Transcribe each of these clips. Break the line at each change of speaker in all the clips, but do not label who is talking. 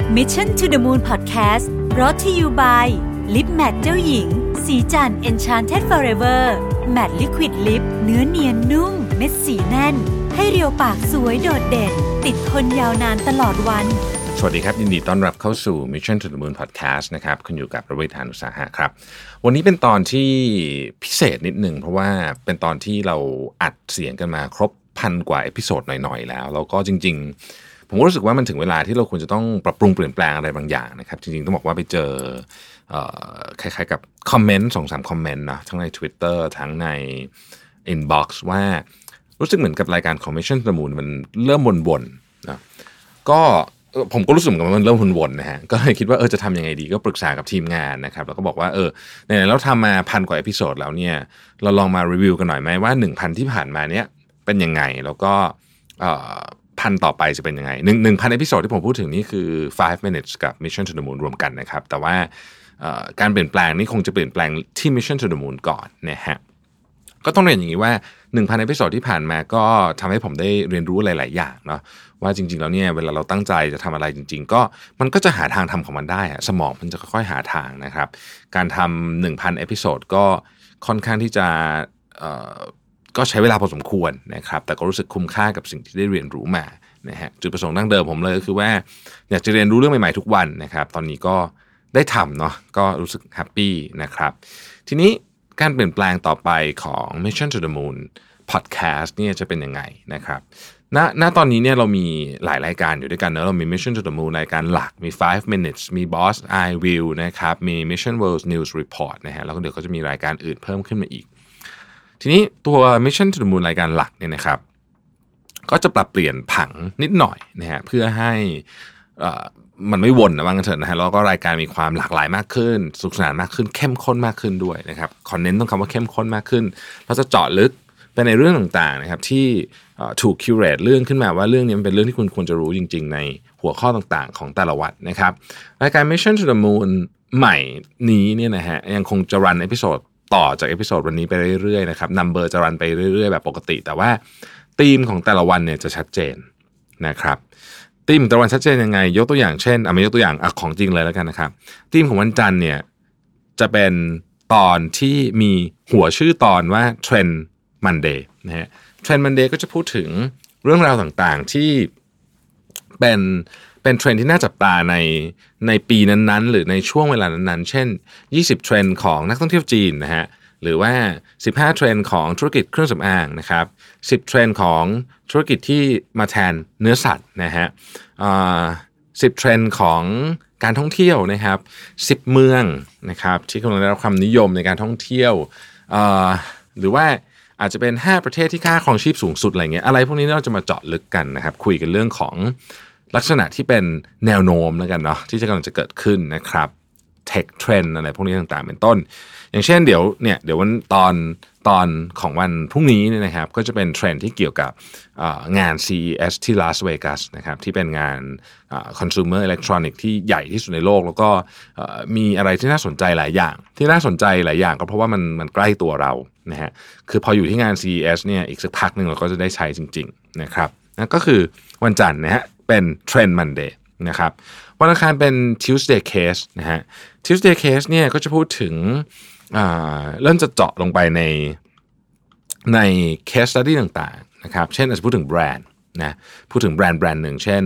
Mission to the Moon Podcast brought to you by Lip Matte เจ้าหญิงสีจัน Enchanted Forever Matte Liquid Lip เนื้อเนียนนุ่มเม็ดสีแน่นให้เรียวปากสวยโดดเด่นติดทนยาวนานตลอดวัน
สวัสดีครับยินดีต้อนรับเข้าสู่ Mission to the Moon Podcast นะครับคุณอยู่กับระวิธานอุตสาหะครับวันนี้เป็นตอนที่พิเศษนิดนึงเพราะว่าเป็นตอนที่เราอัดเสียงกันมาครบพันกว่าเอพิโซดหน่อยๆแล้วก็จริงๆผมก็รู้สึกว่ามันถึงเวลาที่เราควรจะต้องปรับปรุงเปลี่ยนแปลงอะไรบางอย่างนะครับจริงๆต้องบอกว่าไปเจอคล้ายๆกับคอมเมนต์ 2-3 คอมเมนต์นะทั้งใน Twitter ทั้งใน Inbox ว่ารู้สึกเหมือนกับรายการของ Mission to the Moon มันเริ่มวนๆนะก็ผมก็รู้สึกเหมือนกันว่ามันเริ่มวนๆนะฮะก็เลยคิดว่าจะทำยังไงดีก็ปรึกษากับทีมงานนะครับแล้วก็บอกว่าไหนๆเราทำมาพันกว่าเอพิโซดแล้วเนี่ยเราลองมารีวิวกันหน่อยไหมว่า 1,000 ที่ผ่านมาเนี้ยเป็นยังไงแล้วก็พันต่อไปจะเป็นยังไง1,000 เอพิโซดที่ผมพูดถึงนี่คือ5 minutes กับ Mission to the Moon รวมกันนะครับแต่ว่าการเปลี่ยนแปลงนี่คงจะเปลี่ยนแปลงที่ Mission to the Moon ก่อนนะฮะก็ต้องเรียนอย่างนี้ว่า 1,000 เอพิโซดที่ผ่านมาก็ทำให้ผมได้เรียนรู้หลายๆอย่างเนาะว่าจริงๆแล้วเนี่ยเวลาเราตั้งใจจะทำอะไรจริงๆก็มันก็จะหาทางทำของมันได้สมองมันจะค่อยๆหาทางนะครับการทำ 1,000 เอพิโซดก็ค่อนข้างที่จะก็ใช้เวลาพอสมควรนะครับแต่ก็รู้สึกคุ้มค่ากับสิ่งที่ได้เรียนรู้มานะฮะจุดประสงค์ดั้งเดิมผมเลยก็คือว่าอยากจะเรียนรู้เรื่องใหม่ๆทุกวันนะครับตอนนี้ก็ได้ทำเนาะก็รู้สึกแฮปปี้นะครับทีนี้การเปลี่ยนแปลงต่อไปของ Mission to the Moon Podcast เนี่ยจะเป็นยังไงนะครับณตอนนี้เนี่ยเรามีหลายรายการอยู่ด้วยกันเนอะเรามี Mission to the Moon รายการหลักมี5 minutes มี Boss I Will นะครับมี Mission World News Report นะฮะแล้วก็เดี๋ยวก็จะมีรายการอื่นเพิ่มขึ้นมาอีกทีนี้ตัว Mission to the Moon รายการหลักเนี่ยนะครับก็จะปรับเปลี่ยนผังนิดหน่อยนะฮะเพื่อให้มันไม่วนนะว่างั้นเถอะนะฮะแล้วก็รายการมีความหลากหลายมากขึ้นสนุกสนานมากขึ้นเข้มข้นมากขึ้นด้วยนะครับขอเน้นต้องคำว่าเข้มข้นมากขึ้นเราจะเจาะลึกไปในเรื่องต่างๆนะครับที่ถูกคิวเรตเรื่องขึ้นมาว่าเรื่องนี้มันเป็นเรื่องที่คุณควรจะรู้จริงๆในหัวข้อต่างๆของแต่ละวันนะครับรายการ Mission to the Moon ใหม่นี้เนี่ยนะฮะยังคงจะรันเอพิโซดต่อจากเอพิโซดวันนี้ไปเรื่อยๆนะครับนัมเบอร์จะรันไปเรื่อยๆแบบปกติแต่ว่าธีมของแต่ละวันเนี่ยจะชัดเจนนะครับธีมแต่ละวันชัดเจนยังไงยกตัวอย่างเช่นไม่ยกตัวอย่างของจริงเลยแล้วกันนะครับธีมของวันจันทร์เนี่ยจะเป็นตอนที่มีหัวชื่อตอนว่า Trend Monday นะฮะ Trend Monday ก็จะพูดถึงเรื่องราวต่างๆที่เป็นเทรนด์ที่น่าจับตาในปีนั้นๆหรือในช่วงเวลานั้นๆเช่น20เทรนด์ของนักท่องเที่ยวจีนนะฮะหรือว่า15เทรนด์ของธุรกิจเครื่องสำอางนะครับ10เทรนด์ของธุรกิจที่มาแทนเนื้อสัตว์นะฮะ10เทรนด์ของการท่องเที่ยวนะครับ10เมืองนะครับที่กำลังได้รับความนิยมในการท่องเที่ยวหรือว่าอาจจะเป็น5ประเทศที่ค่าครองชีพสูงสุดอะไรเงี้ยอะไรพวกนี้เราจะมาเจาะลึกกันนะครับคุยกันเรื่องของลักษณะที่เป็นแนวโน้มแล้วกันเนาะที่จะกำลังจะเกิดขึ้นนะครับเทคเทรนด์อะไรพวกนี้ต่างๆเป็นต้นอย่างเช่นเดี๋ยววันตอนของวันพรุ่งนี้เนี่ยนะครับก็จะเป็นเทรนด์ที่เกี่ยวกับงาน CES ที่ลาสเวกัสนะครับที่เป็นงานconsumer electronic ที่ใหญ่ที่สุดในโลกแล้วก็มีอะไรที่น่าสนใจหลายอย่างที่น่าสนใจหลายอย่างก็เพราะว่ามันใกล้ตัวเรานะฮะคือพออยู่ที่งาน CES เนี่ยอีกสักพักนึงเราก็จะได้ใช้จริงๆนะครับนั่นก็คือวันจันทร์นะฮะเป็น Trend Monday นะครับวันอังคารเป็น Tuesday Case นะฮะ Tuesday Case เนี่ยก็จะพูดถึงเริ่มจะเจาะลงไปใน case study ต่างๆนะครับเช่นอาจจะพูดถึงแบรนด์นะพูดถึงแบรนด์หนึ่งเช่น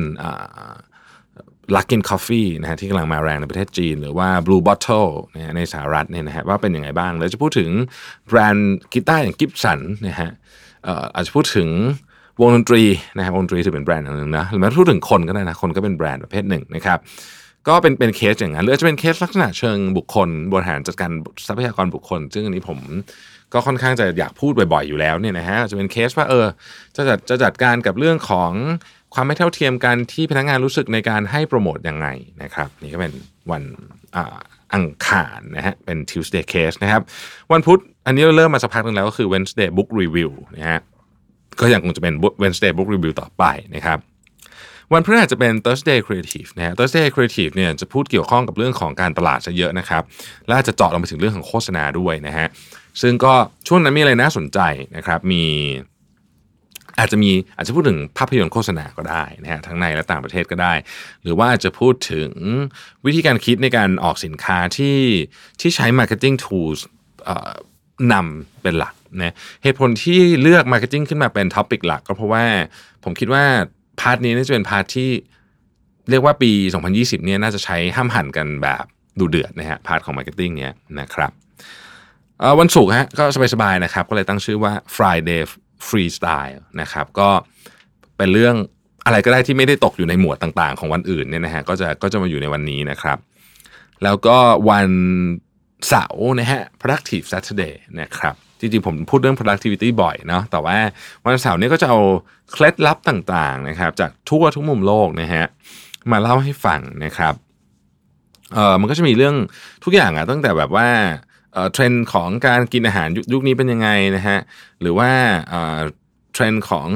Luckin Coffee นะฮะที่กำลังมาแรงในประเทศจีนหรือว่า Blue Bottle นะฮะในสหรัฐเนี่ยนะฮะว่าเป็นยังไงบ้างแล้วจะพูดถึงแบรนด์กีตาร์อย่าง Gibson นะฮะอาจจะพูดถึงวงดนตรีนะครับวงดนตรีถือเป็นแบรนด์อันนึงนะหรือแม้พูดถึงคนก็ได้นะคนก็เป็นแบรนด์ประเภทหนึ่งนะครับก็เป็นเคสอย่างนั้นหรือจะเป็นเคสลักษณะเชิงบุคคลบริหารจัดการทรัพยากรบุคคลซึ่งอันนี้ผมก็ค่อนข้างจะอยากพูดบ่อยๆอยู่แล้วเนี่ยนะฮะจะเป็นเคสว่าจะจัดการกับเรื่องของความไม่เท่าเทียมกันที่พนักงานรู้สึกในการให้โปรโมทยังไงนะครับนี่ก็เป็นวันอังคารนะฮะเป็น Tuesday case นะครับวันพุธอันนี้เราเริ่มมาสักพักนึงแล้วก็คือ Wednesday book review นะฮะก็ยังคงจะเป็น Wednesday book review ต่อไปนะครับวันพฤหัสจะเป็น Thursday Creative นะฮะ Thursday Creative เนี่ยจะพูดเกี่ยวข้องกับเรื่องของการตลาดซะเยอะนะครับและจะเจาะลงไปถึงเรื่องของโฆษณาด้วยนะฮะซึ่งก็ช่วงนั้นมีอะไรน่าสนใจนะครับมีอาจจะพูดถึงภาพยนตร์โฆษณาก็ได้นะฮะทั้งในและต่างประเทศก็ได้หรือว่าอาจจะพูดถึงวิธีการคิดในการออกสินค้าที่ใช้ marketing tools นำเป็นหลักนะเหตุผลที่เลือก marketing ขึ้นมาเป็น topic หลักก็เพราะว่าผมคิดว่าพาร์ทนี้น่าจะเป็นพาร์ทที่เรียกว่าปี 2020 เนี่ยน่าจะใช้ห้ามหันกันแบบดูเดือดนะฮะพาร์ทของ marketing เนี่ยนะครับวันศุกร์ฮะก็สบายๆนะครับก็เลยตั้งชื่อว่า Friday Freestyle นะครับก็เป็นเรื่องอะไรก็ได้ที่ไม่ได้ตกอยู่ในหมวดต่างๆของวันอื่นเนี่ยนะฮะก็จะมาอยู่ในวันนี้นะครับแล้วก็วันเสาร์นะฮะ Productive Saturday นะครับจริงๆผมพูดเรื่อง productivity บ่อยเนาะแต่ว่าวันเสาร์นี้ก็จะเอาเคล็ดลับต่างๆนะครับจากทุกมุมโลกนะฮะมาเล่าให้ฟังนะครับมันก็จะมีเรื่องทุกอย่างตั้งแต่แบบว่าเทรนด์ของการกินอาหารยุคนี้เป็นยังไงนะฮะหรือว่าเทรนด์ของ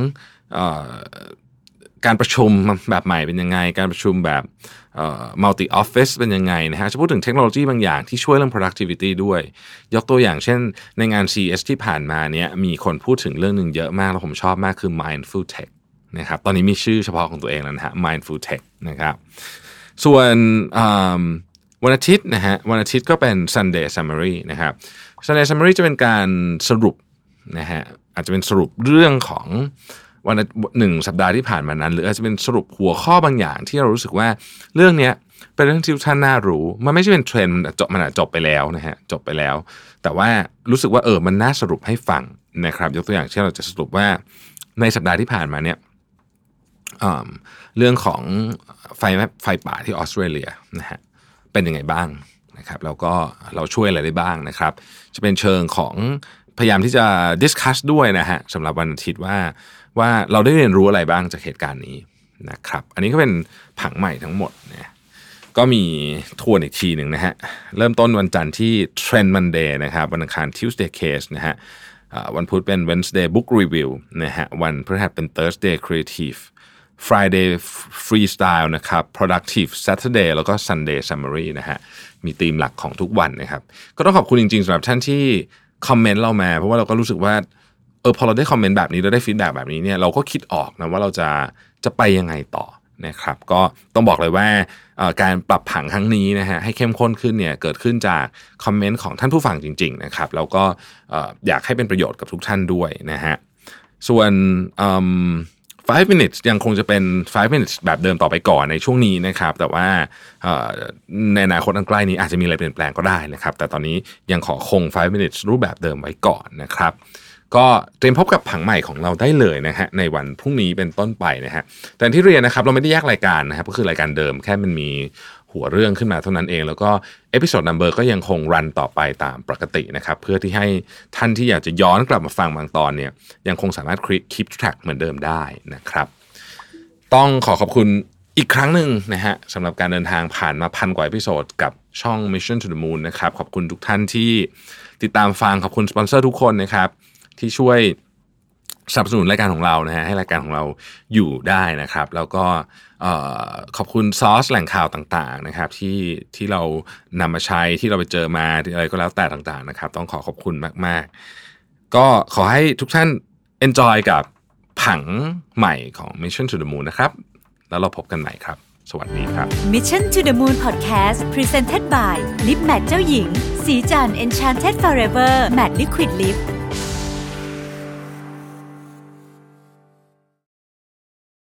การประชุมแบบใหม่เป็นยังไงการประชุมแบบmulti office เป็นยังไงนะฮะจะพูดถึงเทคโนโลยีบางอย่างที่ช่วยเรื่อง productivity ด้วยยกตัวอย่างเช่นในงาน CES ที่ผ่านมาเนี้ยมีคนพูดถึงเรื่องนึงเยอะมากแล้วผมชอบมากคือ mindful tech นะครับตอนนี้มีชื่อเฉพาะของตัวเองแล้วนะฮะ mindful tech นะครับส่วนวันอาทิตย์นะฮะวันอาทิตย์ก็เป็น Sunday Summary นะครับ Sunday Summary จะเป็นการสรุปนะฮะอาจจะเป็นสรุปเรื่องของวัน1สัปดาห์ที่ผ่านมานั้นหรืออาจจะเป็นสรุปหัวข้อบางอย่างที่เรารู้สึกว่าเรื่องนี้เป็นเรื่องที่ทุกท่านน่ารู้มันไม่ใช่เป็นเทรนด์มันจบไปแล้วนะฮะจบไปแล้วแต่ว่ารู้สึกว่ามันน่าสรุปให้ฟังนะครับยกตัวอย่างเช่นเราจะสรุปว่าในสัปดาห์ที่ผ่านมาเนี่ยเรื่องของไฟป่าที่ออสเตรเลียนะฮะเป็นยังไงบ้างนะครับแล้วก็เราช่วยอะไรได้บ้างนะครับจะเป็นเชิงของพยายามที่จะดิสคัสด้วยนะฮะสำหรับวันอาทิตย์ว่าเราได้เรียนรู้อะไรบ้างจากเหตุการณ์นี้นะครับอันนี้ก็เป็นผังใหม่ทั้งหมดนะก็มีทวนอีกทีหนึ่งนะฮะเริ่มต้นวันจันทร์ที่ Trend Monday นะครับวันอังคาร Tuesday Case นะฮะวันพุธเป็น Wednesday Book Review นะฮะวันพฤหัสเป็น Thursday Creative Friday Freestyle นะครับ Productive Saturday แล้วก็ Sunday Summary นะฮะมีธีมหลักของทุกวันนะครับก็ต้องขอบคุณจริงๆสำหรับท่านที่คอมเมนต์เรามาเพราะว่าเราก็รู้สึกว่าพอเราได้คอมเมนต์แบบนี้เราได้ฟีดแบ็กแบบนี้เนี่ยเราก็คิดออกนะว่าเราจะไปยังไงต่อนะครับก็ต้องบอกเลยว่าการปรับผังครั้งนี้นะฮะให้เข้มข้นขึ้นเนี่ยเกิดขึ้นจากคอมเมนต์ของท่านผู้ฟังจริงๆนะครับแล้วก็อยากให้เป็นประโยชน์กับทุกท่านด้วยนะฮะส่วน5 minutes ยังคงจะเป็น5 minutes แบบเดิมต่อไปก่อนในช่วงนี้นะครับแต่ว่าในอนาคตอันใกล้นี้อาจจะมีอะไรเปลี่ยนแปลงก็ได้นะครับแต่ตอนนี้ยังขอคง5 minutes รูปแบบเดิมไว้ก่อนนะครับก็เตรียมพบกับผังใหม่ของเราได้เลยนะฮะในวันพรุ่งนี้เป็นต้นไปนะฮะแต่ที่เรียนนะครับเราไม่ได้แยกรายการนะครับก็คือรายการเดิมแค่มันมีหัวเรื่องขึ้นมาเท่านั้นเองแล้วก็เอพิโซดนัมเบอร์ก็ยังคงรันต่อไปตามปกตินะครับเพื่อที่ให้ท่านที่อยากจะย้อนกลับมาฟังบางตอนเนี่ยยังคงสามารถkeep track เหมือนเดิมได้นะครับต้องขอบคุณอีกครั้งหนึ่งนะฮะสำหรับการเดินทางผ่านมา1,000 กว่าเอพิโซดกับช่อง Mission to the Moon นะครับขอบคุณทุกท่านที่ติดตามฟังขอบคุณสปอนเซอร์ทุกคนนะครับที่ช่วยสนับสนุนรายการของเรานะฮะให้รายการของเราอยู่ได้นะครับแล้วก็ขอบคุณซอสแหล่งข่าวต่างๆนะครับที่เรานำมาใช้ที่เราไปเจอมาอะไรก็แล้วแต่ต่างๆนะครับต้องขอบคุณมากๆก็ขอให้ทุกท่าน enjoy กับผังใหม่ของ Mission to the Moon นะครับแล้วเราพบกันใหม่ครับสวัสดีครับ
Mission to the Moon Podcast Presented by Lip Matte เจ้าหญิงสีจัน Enchanted Forever Matte Liquid Lip